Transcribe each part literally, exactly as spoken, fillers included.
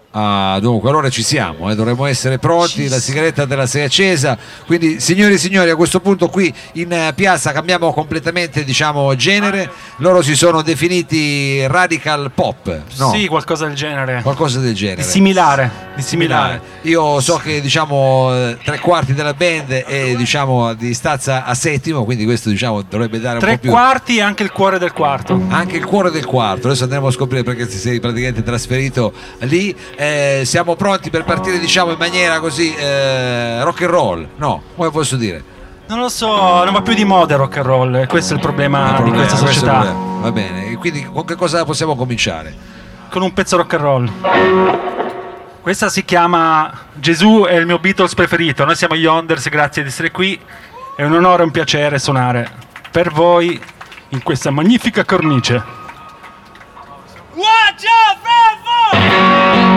Ah, dunque allora ci siamo, eh, dovremmo essere pronti, Ci la sigaretta te la sei accesa, quindi signori e signori a questo punto qui in eh, piazza cambiamo completamente, diciamo, genere. Loro si sono definiti radical pop, no? Sì, qualcosa del genere. Qualcosa del genere. Di similare, di similare. Io so che, diciamo, eh, tre quarti della band è, diciamo, di stazza a settimo, quindi questo, diciamo, dovrebbe dare un Tre po' più. quarti e anche il cuore del quarto. Anche il cuore del quarto, adesso andremo a scoprire perché ti sei praticamente trasferito lì. Eh, siamo pronti per partire, diciamo, in maniera così eh, rock and roll, no? Come posso dire? Non lo so, non va più di moda rock and roll, e questo è il problema, Il problema, di questa questo è il società. problema. Va bene, quindi con che cosa possiamo cominciare? Con un pezzo rock and roll. Questa si chiama Gesù è il mio Beatles preferito. Noi siamo gli Onders, grazie di essere qui. È un onore e un piacere suonare per voi in questa magnifica cornice. One, two, three, four!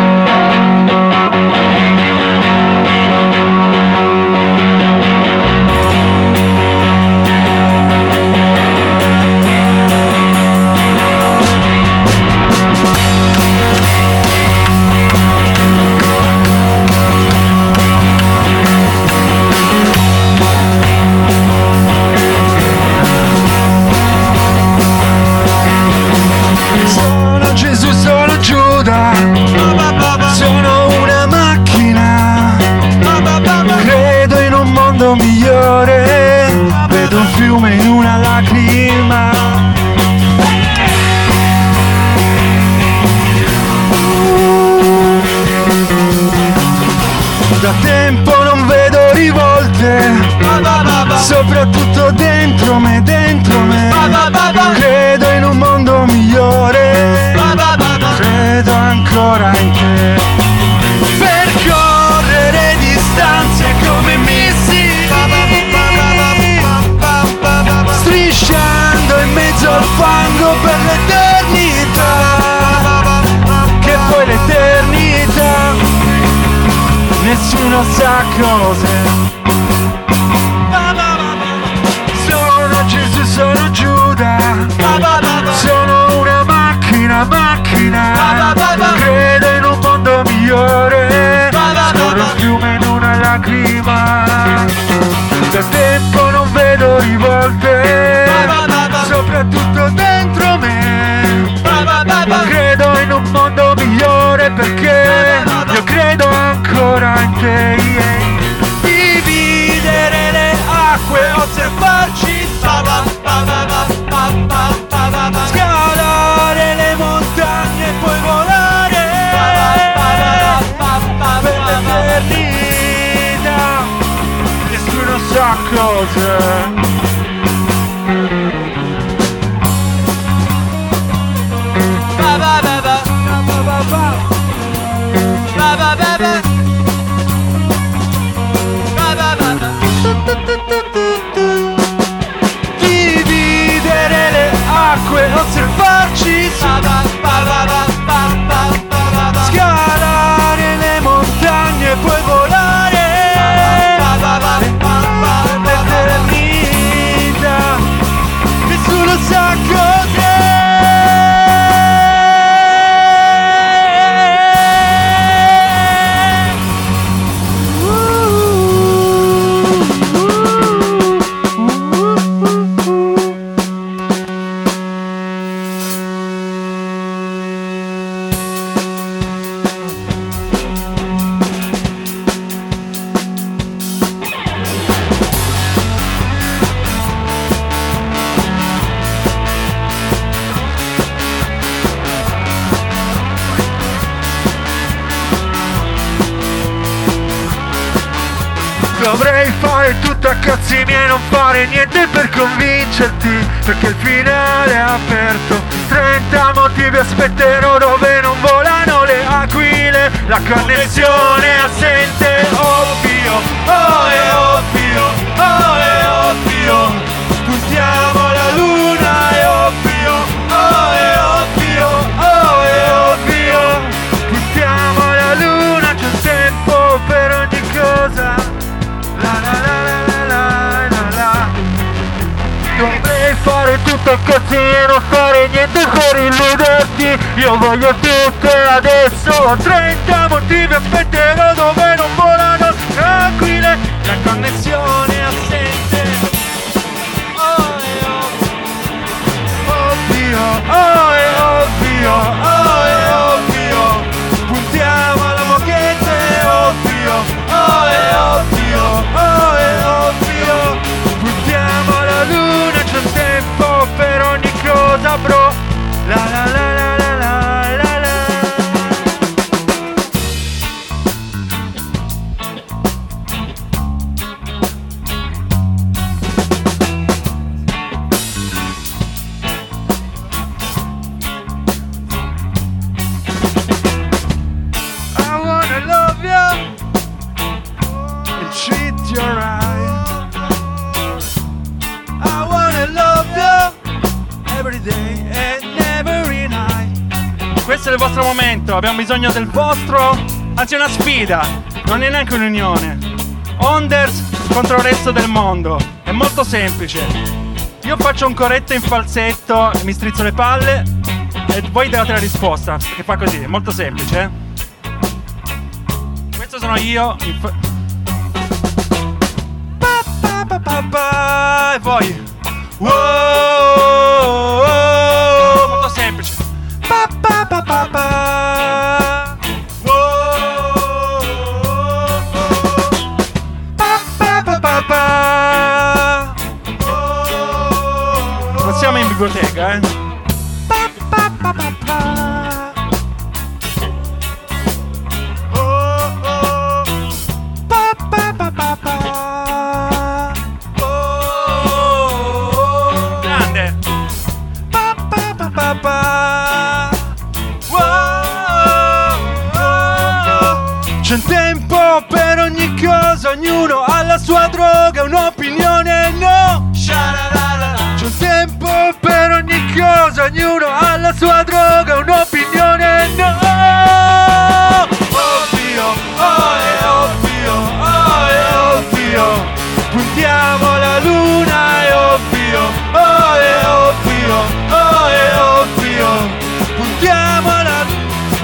Sono Gesù, sono Giuda, sono una macchina, credo in un mondo migliore, vedo un fiume in una lacrima. Da tempo non vedo rivolte, soprattutto dentro me, dentro me. Credo in un mondo migliore, credo ancora in te. Percorrere distanze come missili, strisciando in mezzo al fango per l'eternità, che poi l'eternità nessuno sa cos'è. Sono Gesù, sono Giuda, sono una macchina, macchina, credo in un mondo migliore, scorro un fiume in una lacrima. Da tempo non vedo rivolte, soprattutto dentro me. Credo in un mondo migliore perché io credo ancora in te. Dividere le acque, osservarci, scalare le montagne e poi volare per l'eternità. Nessuno sa cos'è. Dividere le acque, osservarci, scalare le montagne e poi volare l'eternità. Nessuno sa cos'è. Dovrei fare tutto a cazzi miei e non fare niente per convincerti, perché il finale è aperto. Trenta motivi aspetterò dove non volano le aquile. La connessione è assente, ovvio, oh è ovvio, oh è ovvio. Puntiamo alla luna, è ovvio, oh è ovvio, oh è ovvio. Puntiamo alla luna, c'è tempo per ogni cosa. La la la la la la la. Dovrei fare tutto tutte cazzie e non fare niente per illuderti. Io voglio tutto e adesso ho trenta motivi, aspetterò dove non volano tranquille. La connessione è assente. Oh è ovvio, oh è ovvio, oh è ovvio. Puntiamo alla moquette, è ovvio, oh è ovvio, oh è ovvio. Puntiamo alla luna, c'è un tempo per ogni cosa, bro. La la la la la la la la. I wanna love you and treat you right. I wanna love you every day and every night. Questo è il vostro momento, abbiamo bisogno del vostro, anzi è una sfida, non è neanche un'unione. Onders contro il resto del mondo, è molto semplice. Io faccio un corretto in falsetto e mi strizzo le palle e voi date la risposta, che fa così, è molto semplice. eh. Questo sono io, in fa- pa, pa, pa, pa, pa, e poi wow, wow, molto semplice. Pa, pa, pa, pa, pa. Wow, pa, pa, pa, pa, pa. Non siamo in biblioteca, eh? Pa, pa, pa, pa, pa. Pa, pa, pa, pa, pa. Grande. Pa, pa, pa, pa, pa. C'è un tempo per ogni cosa, ognuno ha la sua droga, un'opinione no. C'è un tempo per ogni cosa, ognuno ha la sua droga, un'opinione no. Ovvio, oh è ovvio, oh è ovvio. Puntiamo alla luna, è ovvio, oh è ovvio, oh è ovvio. Puntiamo alla luna.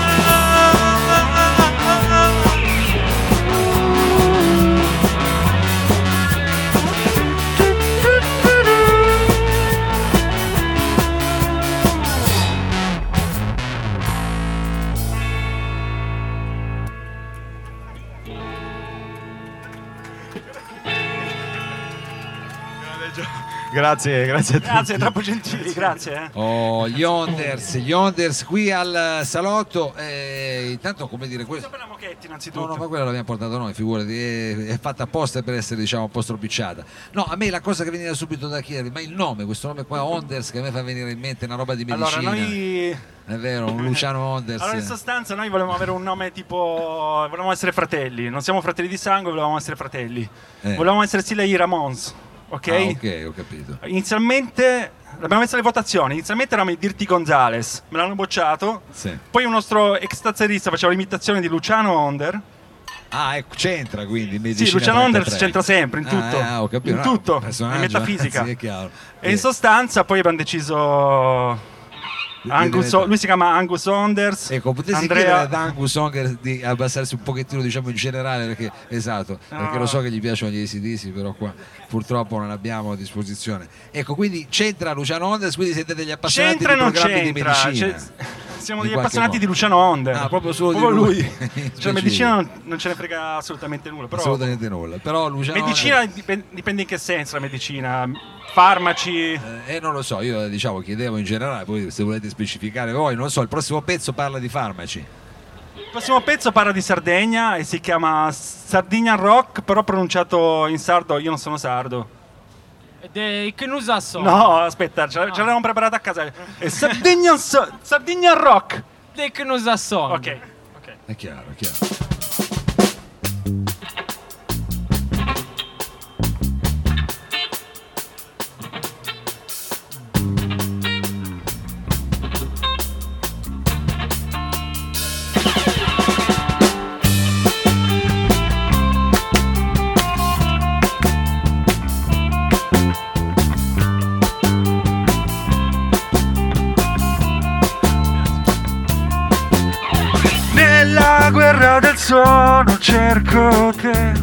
Grazie, grazie a tutti. Grazie, troppo gentili, grazie. Eh. Oh, gli Onders, gli Onders qui al salotto. Eh, intanto, come dire, questo. Per la moquette, innanzitutto. No, no, ma quella l'abbiamo portata noi, figurati, è, è fatta apposta per essere, diciamo, un po' stropicciata. No, a me la cosa che veniva subito da chiedervi, ma il nome, questo nome qua, Onders, che a me fa venire in mente una roba di medicina. Allora, noi. È vero, un Luciano Onders. Allora, in sostanza, noi volevamo avere un nome tipo. Volevamo essere fratelli. Non siamo fratelli di sangue, volevamo essere fratelli. Eh. Volevamo essere stile i Ramones. Ok? Ah, ok, ho capito. Inizialmente abbiamo messo le votazioni. Inizialmente eravamo i Dirty Gonzales, me l'hanno bocciato. Sì. Poi un nostro ex tazzerista faceva l'imitazione di Luciano Onder. Ah, ecco, c'entra quindi in medicina. Sì, Luciano Onder trentatré. c'entra sempre, in tutto. Ah, ah, ho capito. In No, tutto, personaggio, in metafisica. sì, è chiaro. E in sostanza poi abbiamo deciso Angus, diventa- lui si chiama Angus Onders. Ecco, potessi Andrea... chiedere ad Angus Songer di abbassarsi un pochettino, diciamo, in generale, perché esatto, No. perché lo so che gli piacciono gli A C D C, però qua purtroppo non abbiamo a disposizione. Ecco, quindi c'entra Luciano Onders, quindi siete degli appassionati C'entra e di non programmi di c'entra. medicina. C'è- Siamo Di degli qualche appassionati modo. di Luciano Onder. Ah, proprio solo di Proprio lui. lui. Specifico. Cioè, medicina non, non ce ne frega assolutamente nulla. Però Assolutamente nulla. Però Luciano medicina Onders- dipende, dipende in che senso la medicina. Farmaci. Eh, eh, non lo so, io diciamo chiedevo in generale, poi se volete specificare voi, non lo so, il prossimo pezzo parla di farmaci. Il prossimo pezzo parla di Sardegna e si chiama Sardinia Rock, però pronunciato in sardo. Io non sono sardo. De, che nusa so? No, aspetta, ce, ce l'avevamo preparata a casa. È Sardinia, so- Sardinia Rock. De che nusa so? Ok, ok. È chiaro, è chiaro. guerra del suono cerco te,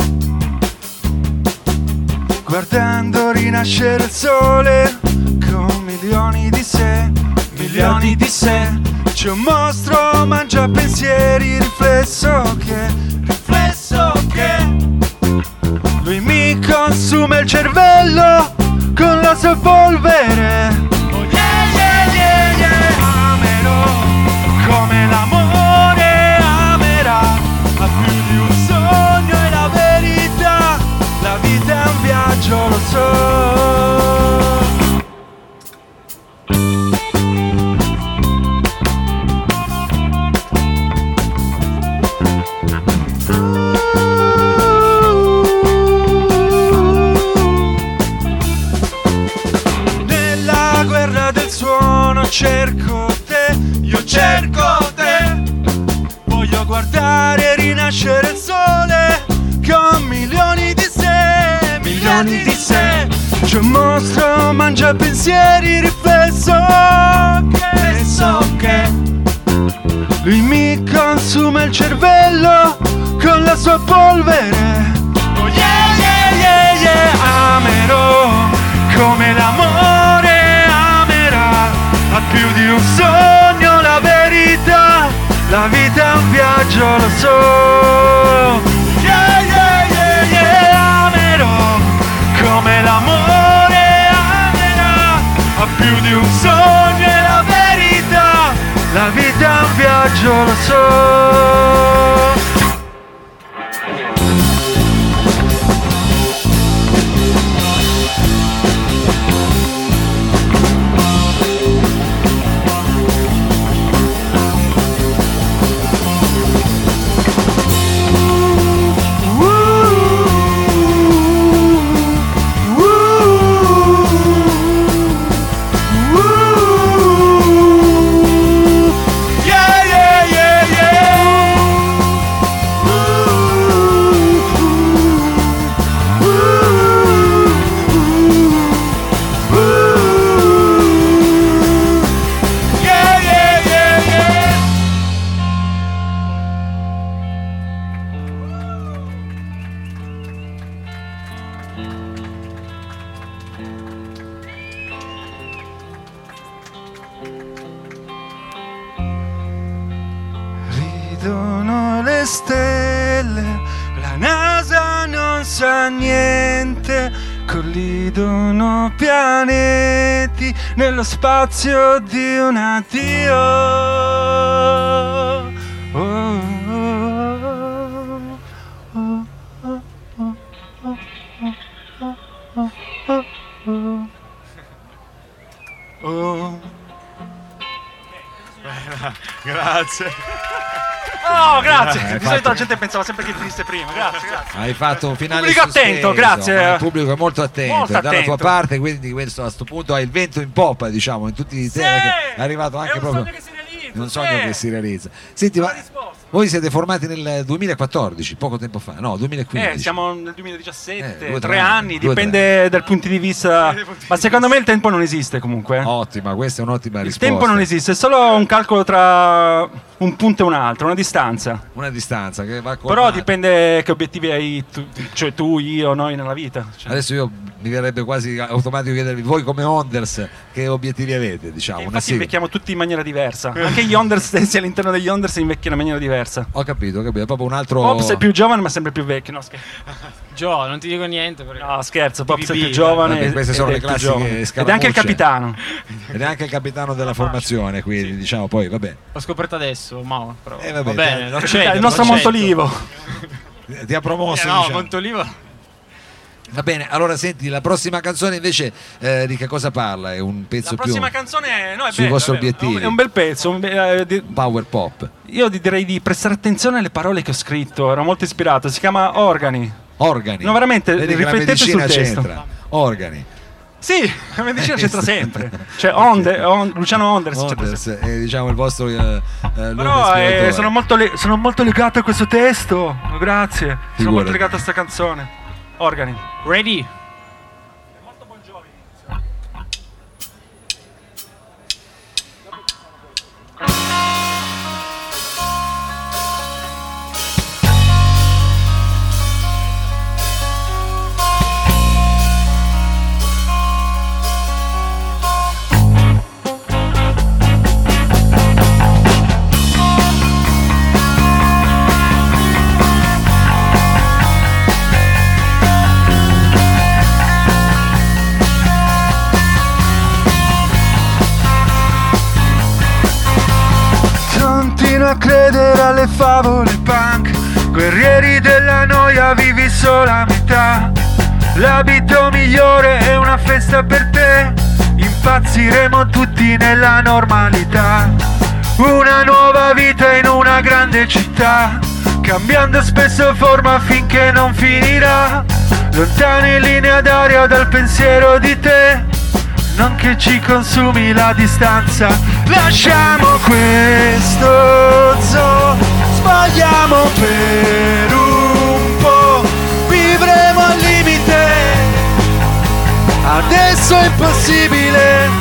guardando rinascere il sole con milioni di sé, milioni di sé. C'è un mostro, mangia pensieri, riflesso che, riflesso che lui mi consuma il cervello con la sua polvere. Oh yeah yeah yeah yeah, amerò come l'amore amerà, ha più di un sogno e la verità, la vita è un viaggio, lo so. Cerco te, io cerco te, voglio guardare e rinascere il sole con milioni di sé, milioni di sé. C'è un mostro, mangia pensieri, riflesso che so che lui mi consuma il cervello con la sua polvere. Oh yeah yeah yeah yeah, amerò come l'amore ha più di un sogno, la verità, la vita è un viaggio, lo so. Yeah, yeah, yeah, yeah, amerò come l'amore amerà, ha più di un sogno e la verità, la vita è un viaggio, lo so. Ridono le stelle, la NASA non sa niente, collidono pianeti nello spazio di un addio. Oh, oh, oh, oh, oh, oh, oh. Grazie. Oh, grazie. Eh, Di fatto... solito la gente pensava sempre che finisse prima. Grazie, grazie. Hai fatto un finale Pubblico attento, sospeso, grazie. ma il pubblico è molto attento, Molto è dalla attento. tua parte, quindi questo a sto punto hai il vento in poppa, diciamo, in tutti i Sì! te che è arrivato anche È un proprio sogno che si realizza, un sì! sogno che si realizza. Senti, ma risposta. voi siete formati nel duemilaquattordici, poco tempo fa, no, duemilaquindici. Eh, siamo nel duemiladiciassette, Eh, due, tre, tre anni, anni, due, dipende dal punto di vista. Dipende dai punti Ma di secondo me vista. il tempo non esiste comunque. Ottima, questa è un'ottima Il risposta. tempo non esiste, è solo un calcolo tra un punto e un altro, una distanza. Una distanza che va Però colmata. dipende che obiettivi hai tu, cioè tu, io, noi nella vita. Cioè, Adesso io mi verrebbe quasi automatico chiedervi voi come Onders che obiettivi avete, diciamo, e una infatti sigla. invecchiamo tutti in maniera diversa. Anche gli Onders stessi all'interno degli Onders invecchiano in maniera diversa. Ho capito, ho capito, è proprio un altro Pops è più giovane ma sempre più vecchio. No, scherzo, Gio, non ti dico niente perché... no, scherzo Pops è T V B, più giovane. vabbè, queste ed sono è le più classiche giovane. Ed è anche scaramucce. il capitano. ed è anche il capitano della formazione, quindi diciamo poi vabbè. L'ho scoperto adesso, ma però... Eh, vabbè, va bene, dai. lo È cedo, il nostro lo accetto. Montolivo. Ti ha promosso, Eh, no, diciamo. Montolivo... Va bene, allora senti, la prossima canzone invece eh, di che cosa parla? È un pezzo La più prossima canzone è, no, è sui bello, vostri è bello. obiettivi. È un bel pezzo. un be- eh, di- power pop. io ti direi di prestare attenzione alle parole che ho scritto. Ero molto ispirato. Si chiama Organi. Organi. No, veramente, Vedi che la riflettete sul medicina testo. c'entra. Organi. Sì, la medicina c'entra sempre. Cioè, Onde, on, Luciano Onders. c'entra Onders sempre. è diciamo il vostro eh, eh, nome Però eh, ispiratore. sono, molto le- sono molto legato a questo testo. Grazie. Sono Figurati. molto legato a questa canzone. Organi. Ready? credere alle favole punk, guerrieri della noia, vivi sola a metà. L'abito migliore è una festa per te, impazziremo tutti nella normalità. Una nuova vita in una grande città, cambiando spesso forma finché non finirà. Lontane linee d'aria dal pensiero di te, non che ci consumi la distanza. Lasciamo questo zoo, sbagliamo per un po', vivremo al limite, adesso è impossibile.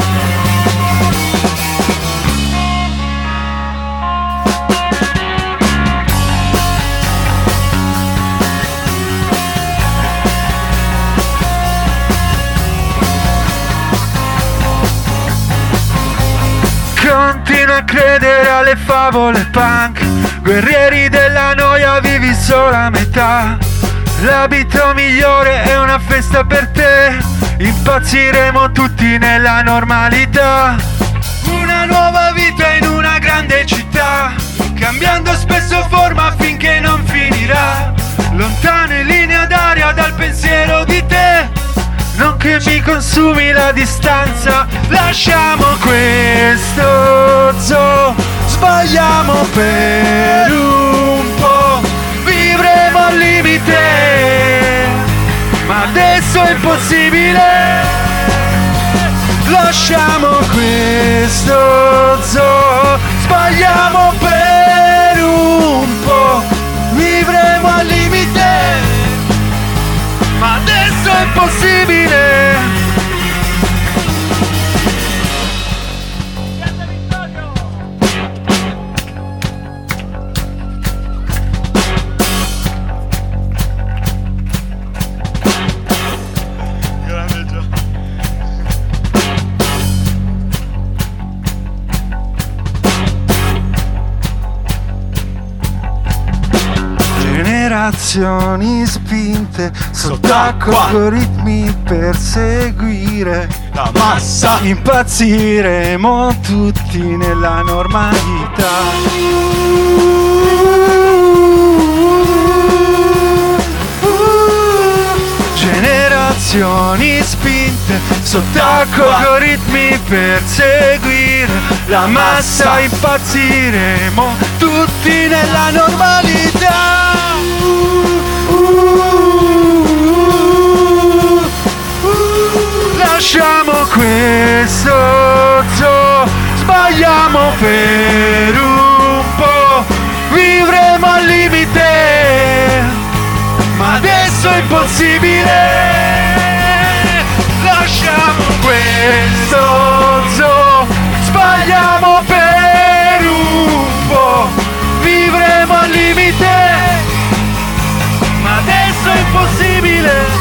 Continua a credere alle favole punk, guerrieri della noia, vivi sola a metà. L'abito migliore è una festa per te, impazziremo tutti nella normalità. Una nuova vita in una grande città, cambiando spesso forma finché non finirà. Lontane linee d'aria dal pensiero di te, non che mi consumi la distanza. Lasciamo questo zoo, sbagliamo per un po', vivremo al limite, ma adesso è impossibile. Lasciamo questo zoo, sbagliamo per un po', vivremo al limite, ma adesso è impossibile. Grande Gio. Generazioni spinte sott'acqua, algoritmi per seguire La massa. impazziremo tutti nella normalità. Generazioni spinte sott'acqua, algoritmi per seguire la massa, impazziremo tutti nella normalità. Lasciamo questo zoo, sbagliamo per un po', vivremo al limite, ma adesso è impossibile. Lasciamo questo zoo, sbagliamo per un po', vivremo al limite, ma adesso è impossibile.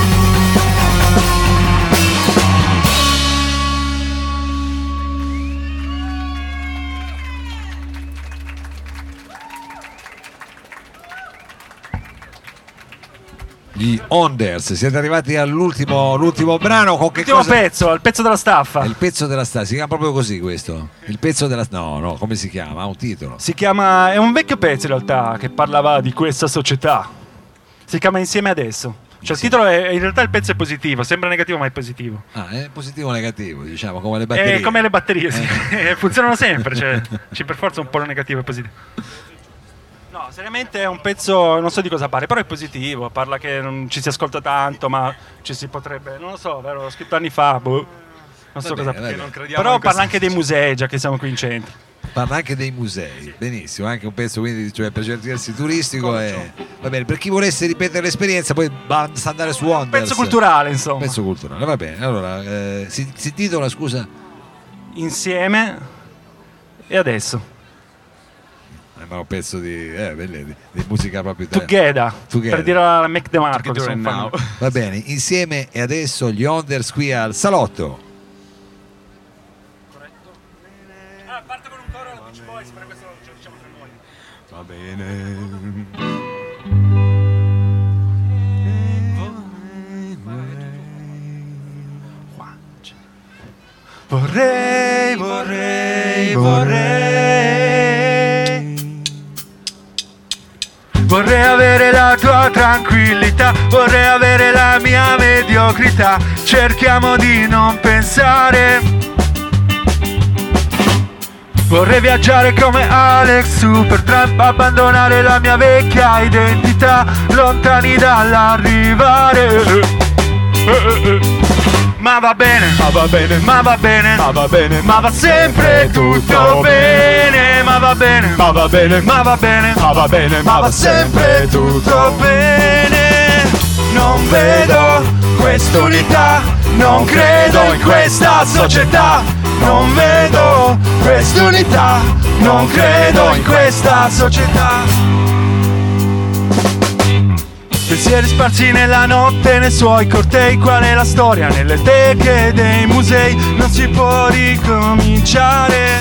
Gli Onders, siete arrivati all'ultimo l'ultimo brano. Con che Ultimo cosa? pezzo, il pezzo della staffa. È il pezzo della sta, si chiama proprio così questo? Il pezzo della no, no, come si chiama? Ha un titolo. Si chiama, è un vecchio pezzo in realtà che parlava di questa società. Si chiama Insieme Adesso. Cioè il titolo è, in realtà il pezzo è positivo, sembra negativo ma è positivo. Ah, è positivo o negativo, diciamo, come le batterie. È come le batterie, sì. Funzionano sempre, cioè ci per forza un po' negativo e positivo. No, seriamente è un pezzo, non so di cosa parla, però è positivo, parla che non ci si ascolta tanto, ma ci si potrebbe, non lo so, vero, l'ho scritto anni fa, boh. Non so Va cosa bene, va parla. bene. Però parla anche dei musei, già che siamo qui in centro. Parla anche dei musei, benissimo, anche un pezzo quindi, cioè, per certi versi turistico e... Va bene, per chi volesse ripetere l'esperienza poi basta andare su Onders. Pezzo culturale, insomma. Pezzo culturale, va bene. Allora, eh, si, si titola, scusa? Insieme e adesso. Sembra un pezzo di, eh, belle, di, di musica proprio italiana. Together, Together. per dire alla Mac DeMarco che Together sono now. fan. Va bene, insieme e adesso gli Onders qui al salotto. Ah, parte con un coro alla Beach Boys, per questo ce lo diciamo tra noi. Va bene. Vorrei, vorrei, vorrei Vorrei avere la tua tranquillità, vorrei avere la mia mediocrità. Cerchiamo di non pensare. Vorrei viaggiare come Alex Supertramp, abbandonare la mia vecchia identità, lontani dall'arrivare. Ma va bene, Ma va bene, ma va bene, ma va bene, ma va sempre tutto bene. Ma va bene, ma va bene, ma va bene, ma va bene, ma va sempre tutto bene. Non vedo quest'unità, non credo in questa società. Non vedo quest'unità, non credo in questa società. Pensieri sparsi nella notte, nei suoi cortei. Qual è la storia? Nelle teche dei musei. Non si può ricominciare.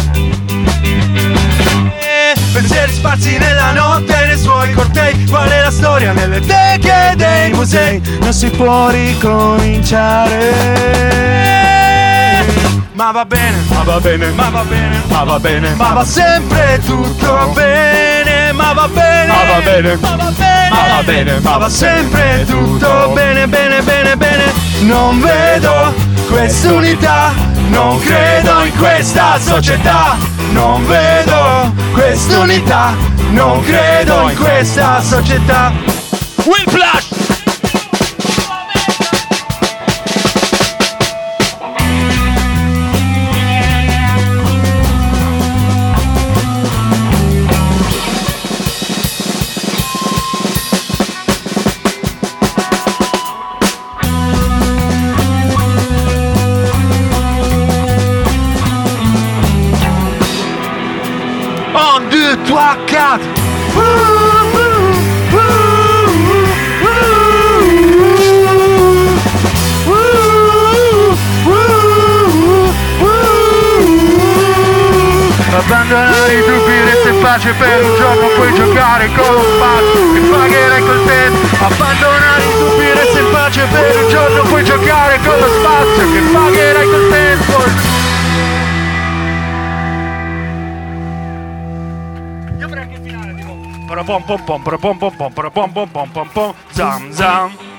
Pensieri sparsi nella notte, nei suoi cortei. Qual è la storia? Nelle teche dei musei. Non si può ricominciare. Ma va bene, ma va bene, ma va bene, ma va bene, ma va sempre tutto bene. Ma va bene, ma va bene, ma va bene, ma va bene, ma va sempre tutto bene, bene, bene, bene. Non vedo quest'unità, non credo in questa società. Non vedo quest'unità, non credo in questa società. Whiplash! Un, deux, trois, quatre. Abbandonare i dubbi, resta in pace per un giorno, puoi giocare con lo spazio che pagherai col tempo. Abbandonare i dubbi, resta in pace per un giorno, puoi giocare con lo spazio che pagherai col tempo. Io avrei anche il finale tipo. Pom pom pom pom pom pom pom pom pom pom pom zam zam.